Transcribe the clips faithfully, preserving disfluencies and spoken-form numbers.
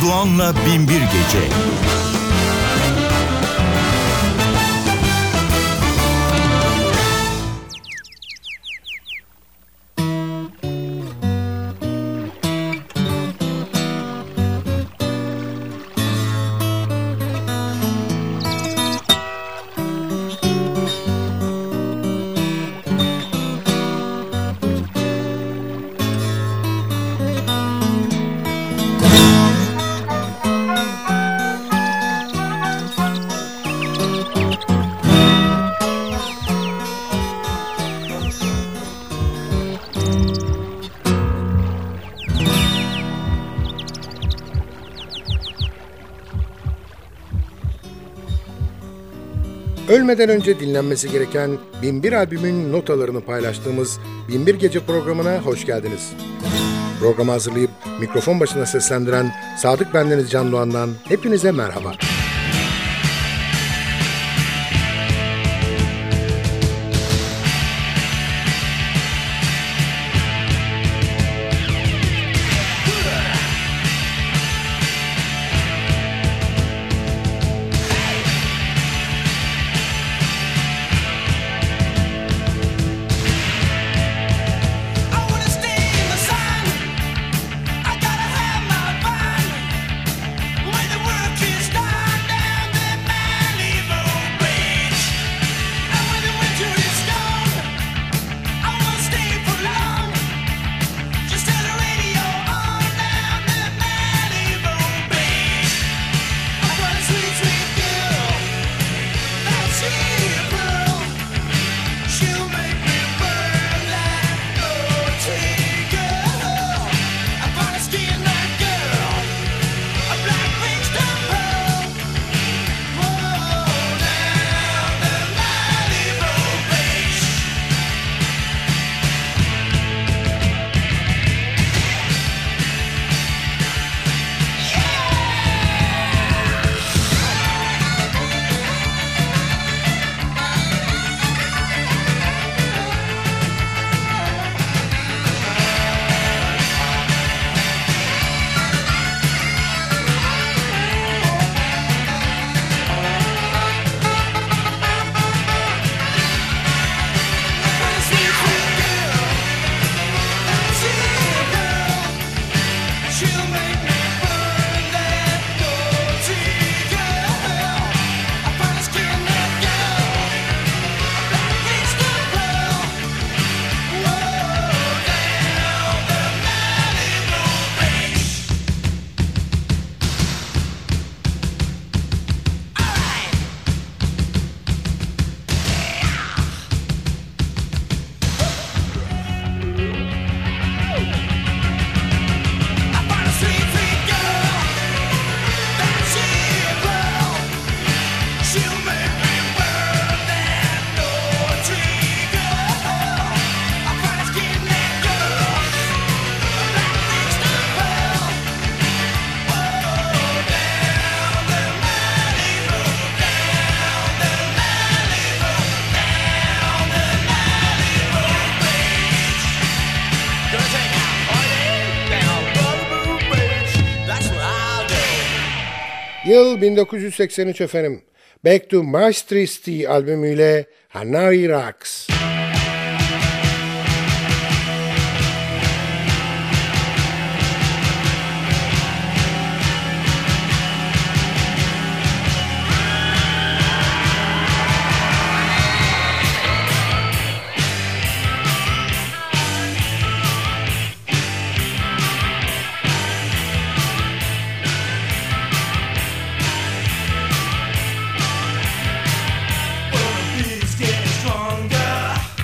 Doğan'la Binbir Gece. Ölmeden önce dinlenmesi gereken Binbir albümün notalarını paylaştığımız Binbir Gece programına hoş geldiniz. Programı hazırlayıp mikrofon başına seslendiren Sadık Bendeniz Can Doğan'dan hepinize merhaba. Yıl bin dokuz yüz seksen üç efendim. Back to Maastricht albümüyle Hanoi Rocks. Getting stronger.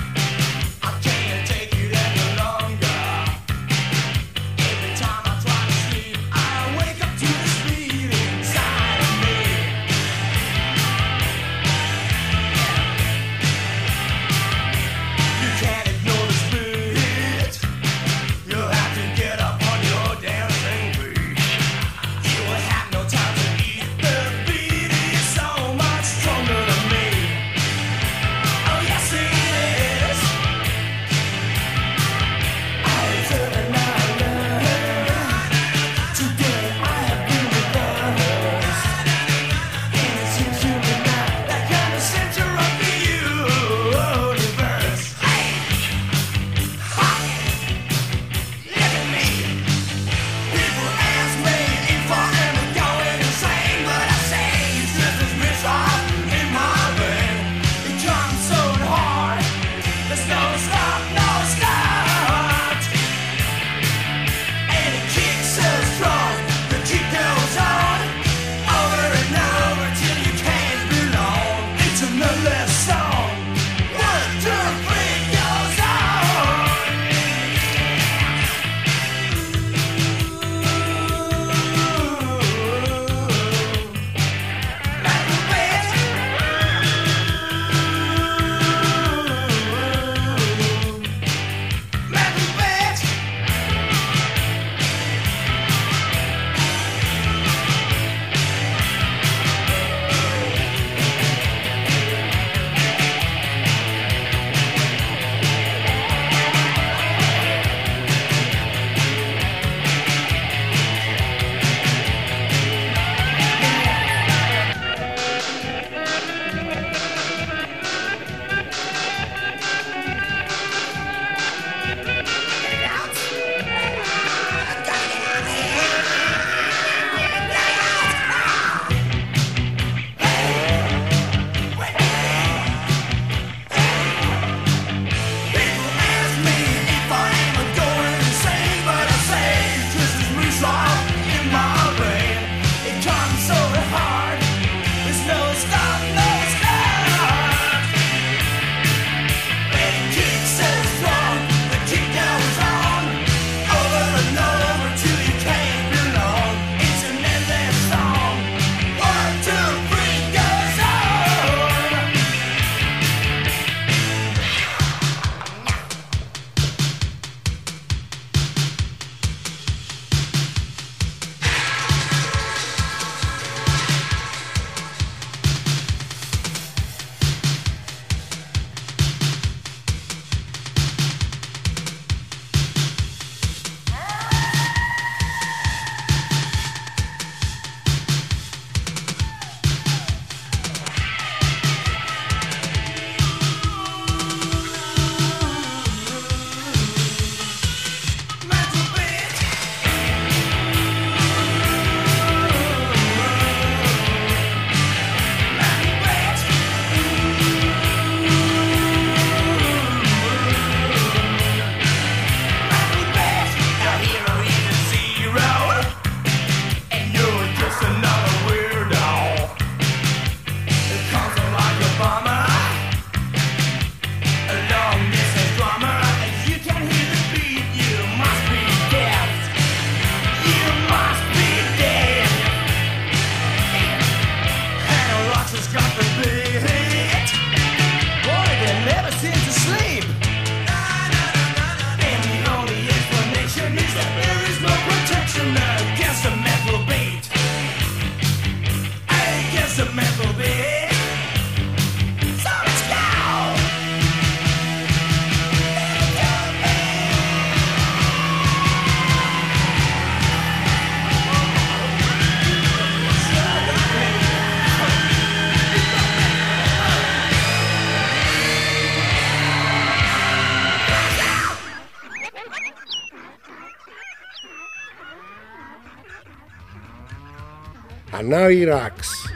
Hanoi Rocks.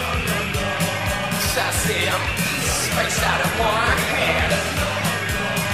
Spaced out of one head.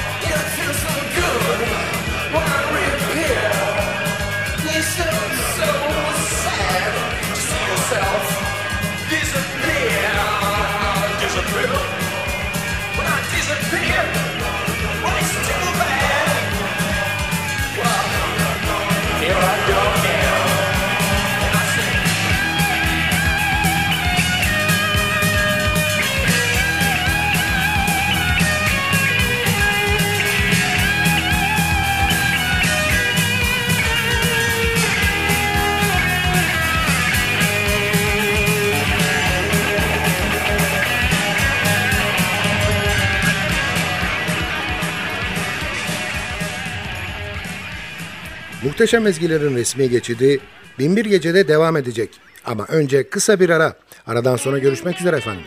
Muhteşem ezgilerin resmi geçidi Binbir Gece'de devam edecek. Ama önce kısa bir ara. Aradan sonra görüşmek üzere efendim.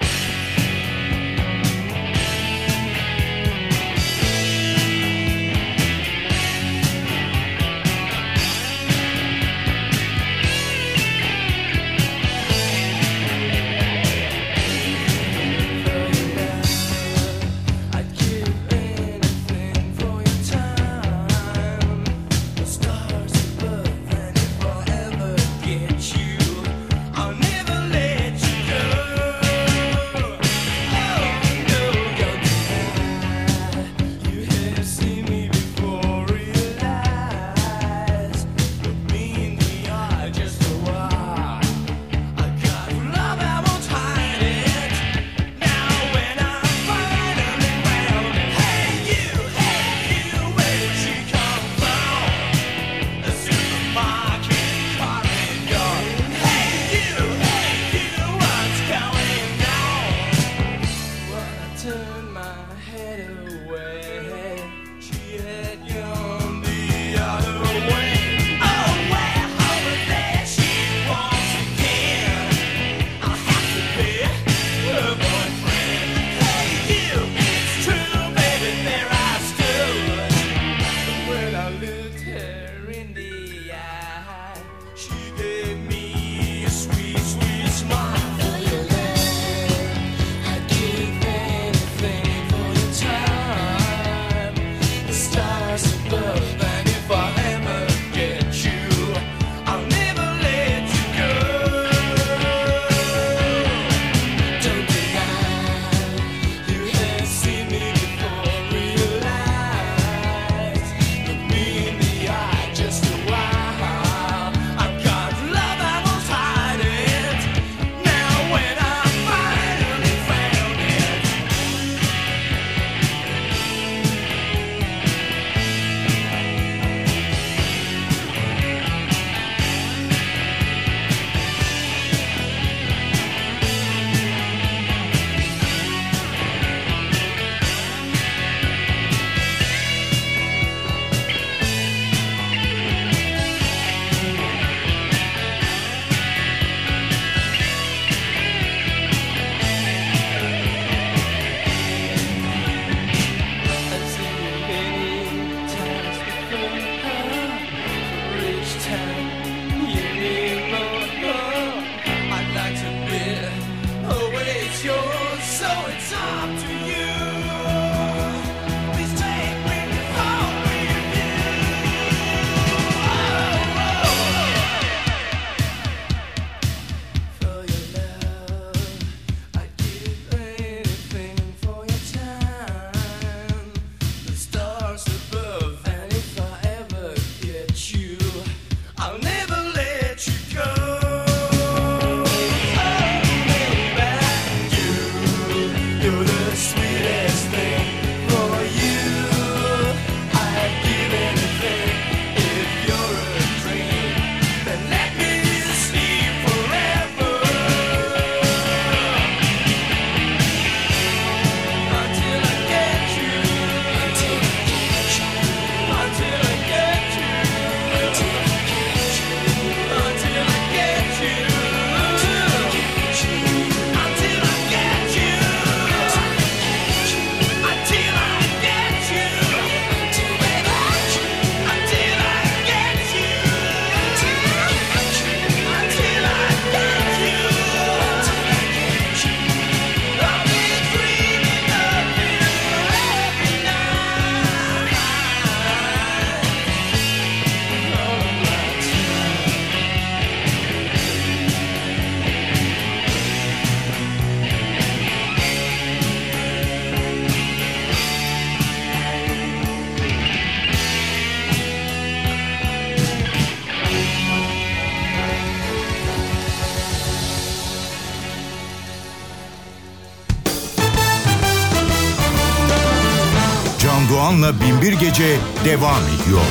Doğan'la Binbir Gece devam ediyor.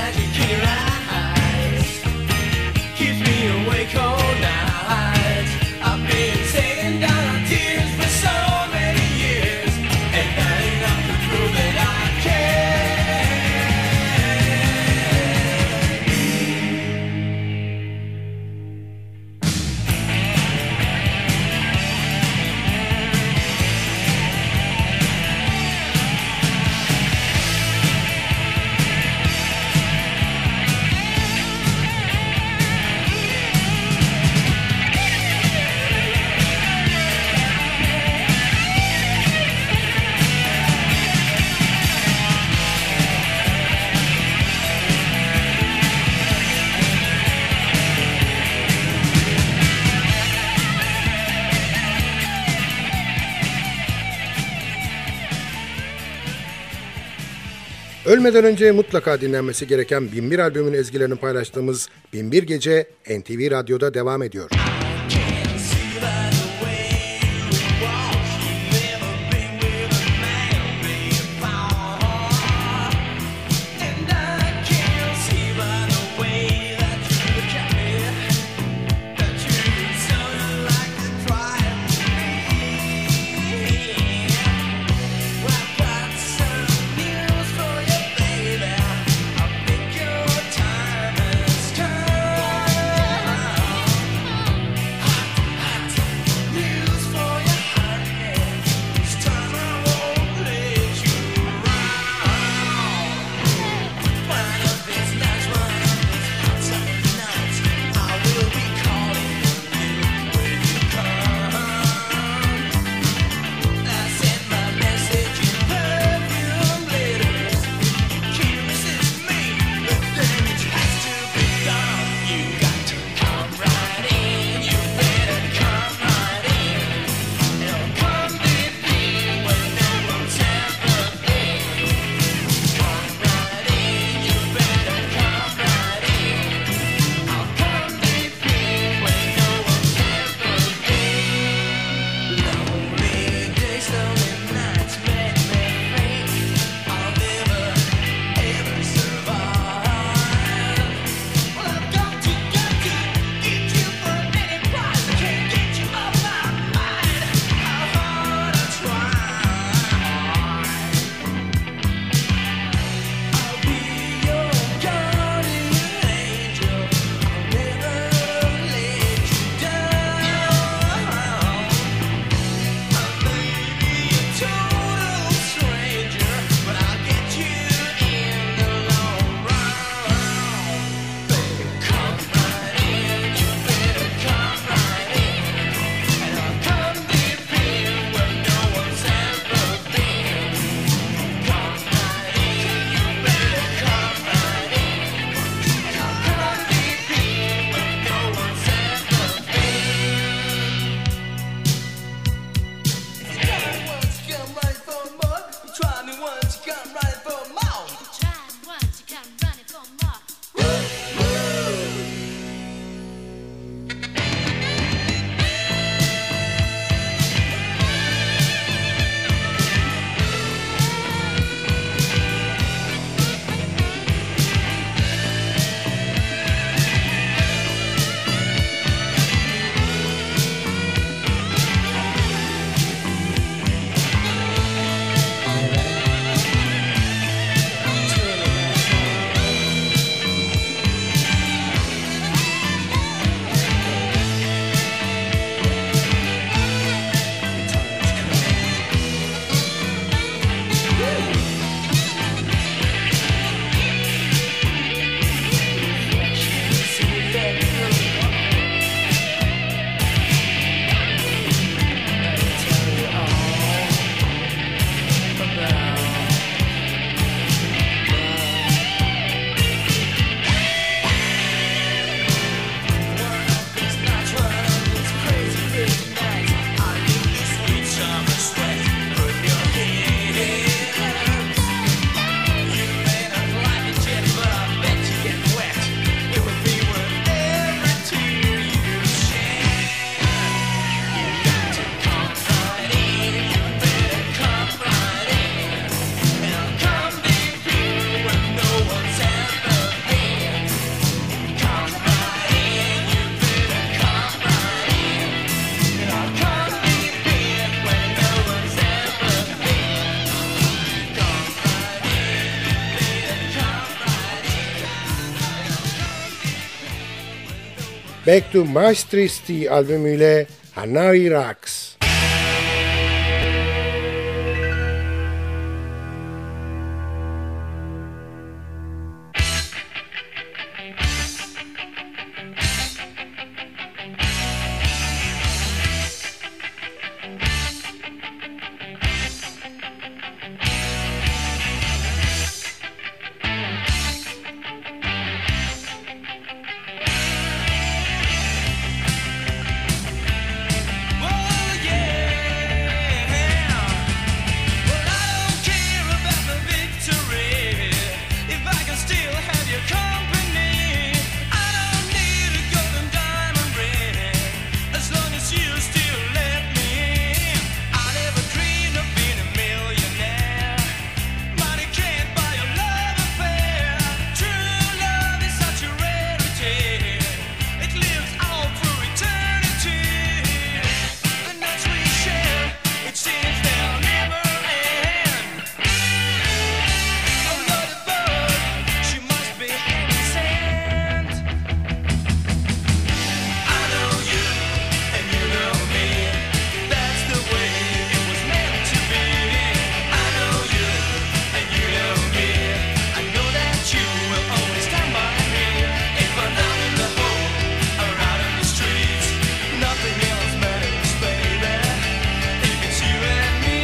magic in your eyes keeps me awake all night. I've been taking down tears for so many years, and that ain't enough to prove that I care. Ölmeden önce mutlaka dinlenmesi gereken bin bir albümün ezgilerini paylaştığımız Bin Bir Gece N T V Radyo'da devam ediyor. Can't see by the way you walk, you've never been with a man before. And I can't see by the way that you look at me, that you sound like the drive me. I've got some news for you, baby. I think your time has come. Back to Maastrichty albümüyle Hanoi Rocks. Oh yeah. Well, I don't care about the victory if I can still have your company. I don't need a golden diamond ring as long as you still let me. I never dreamed of being a millionaire. Money can't buy a love affair. True love is such a rarity. It lives all through eternity. The nights we share, it seems they'll never end. A loaded bird, she must be hanging sand. I know you, and you know me. That's the way it was meant to be. I know you, and you know me. I know that you will always stand by me. If I'm down in the hole or out in the streets, nothing else matters, baby. If it's you and me.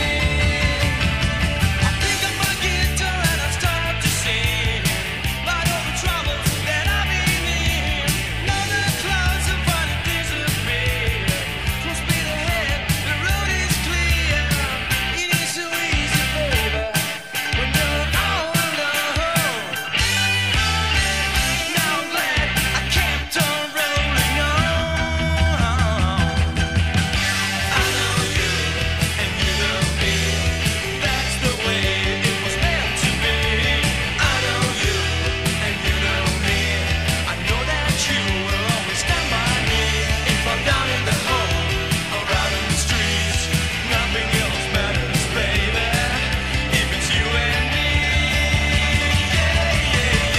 I pick up my guitar and I start to sing about all the troubles that I've been in. Now the clouds have finally disappeared. Full speed ahead, the road is clear. It is so easy, baby, when you're all alone. Now I'm glad I kept on rolling on. I know you, and you know me. That's the way it was meant to be. I know you, and you know me. I know that you will always stand by me. If I'm down in the hole or out in the streets, nothing else matters, baby. If it's you and me. Yeah, yeah,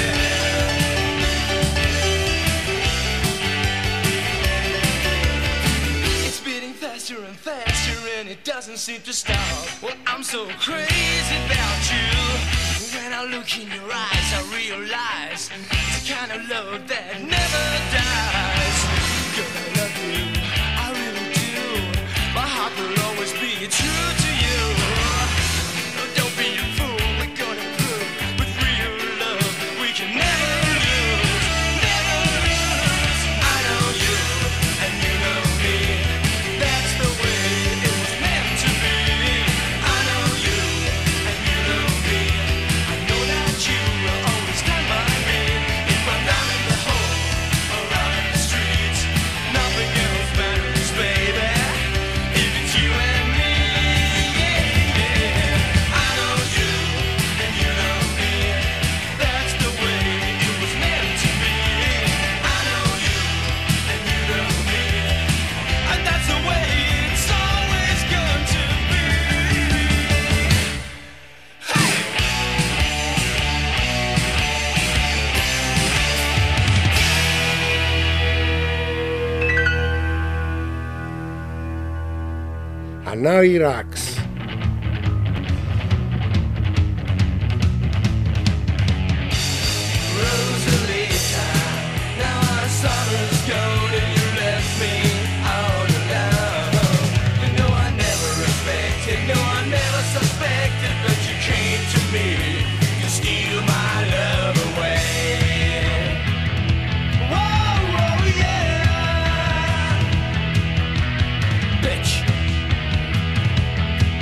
yeah. It's beating faster and faster and it doesn't seem to stop. Well, I'm so crazy about you. When I look in your eyes, I realize it's the kind of love that never dies. Girl, I love you, I really do. My heart will always be true to you. Don't be a fool, we're gonna prove with real love we can never lose, never lose. I know you, and you know me. That's the way it was meant to be. I know you, and you know me. I know that you will always stand by me. If I'm down in the hole or out in the streets, nothing else matters, baby. If it's you and me, yeah, yeah. I know you, and you know me. That's the way it was meant to be. I know you, and you know me. And that's the way it's always going to be. Hanoi Rocks. Rosalita, now our summer's gone and you left me all alone. You know I never respected, no I never suspected, but you came to me to steal my love away. Whoa, whoa, yeah, bitch.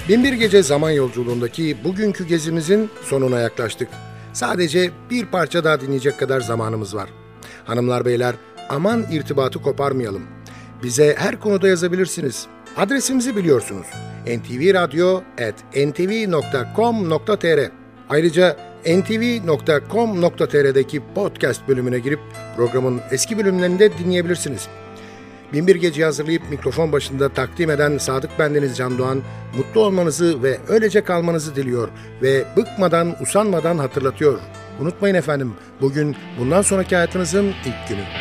Binbir Gece zaman yolculuğundaki bugünkü gezimizin sonuna yaklaştık. Sadece bir parça daha dinleyecek kadar zamanımız var. Hanımlar beyler, aman irtibatı koparmayalım. Bize her konuda yazabilirsiniz. Adresimizi biliyorsunuz. en te ve radyo at en te ve nokta com nokta te er. Ayrıca en te ve nokta com nokta te er'deki podcast bölümüne girip programın eski bölümlerini de dinleyebilirsiniz. Binbir Gece'yi hazırlayıp mikrofon başında takdim eden Sadık bendeniz Can Doğan, mutlu olmanızı ve öylece kalmanızı diliyor ve bıkmadan, usanmadan hatırlatıyor. Unutmayın efendim, bugün bundan sonraki hayatınızın ilk günü.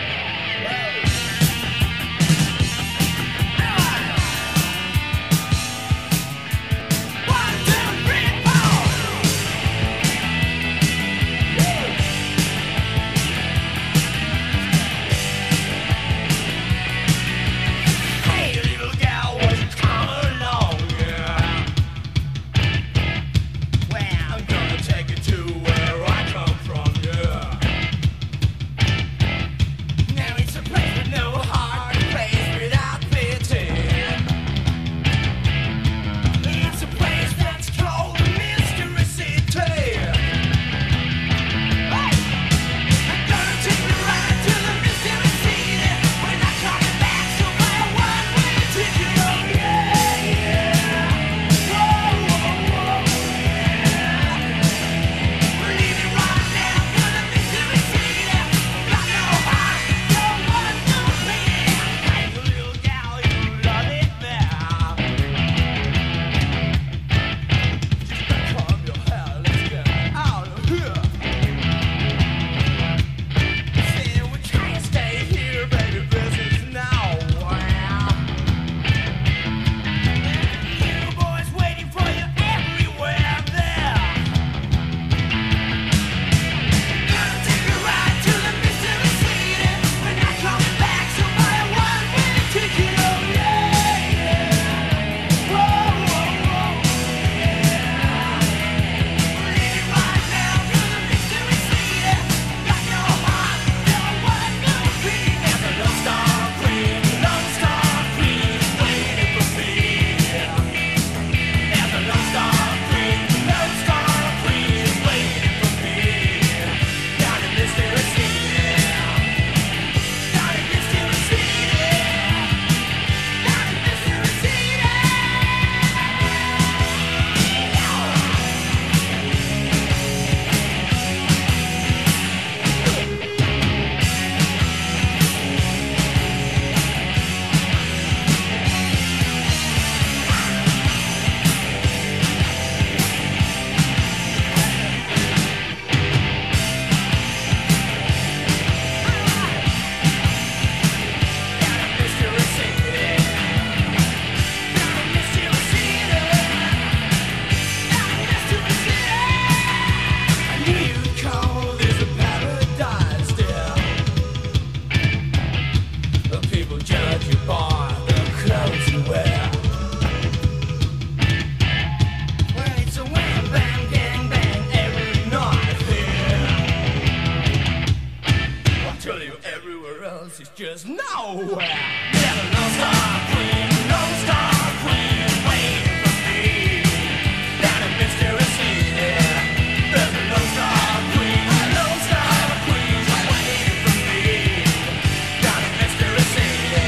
It's just nowhere. Never Lone Star Queen, Lone Star Queen, waiting for me. Down in Mystery City, there's a Lone Star Queen, a Lone Star Queen, waiting for me. Down in Mystery City,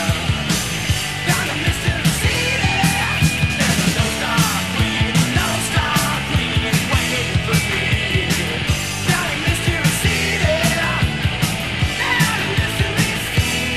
down in Mystery City, there's a Lone Star Queen, Lone Star Queen, waiting for me. Down in Mystery City, down in Mystery City.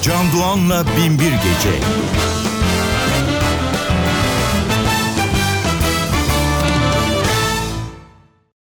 Can Doğan'la Binbir Gece.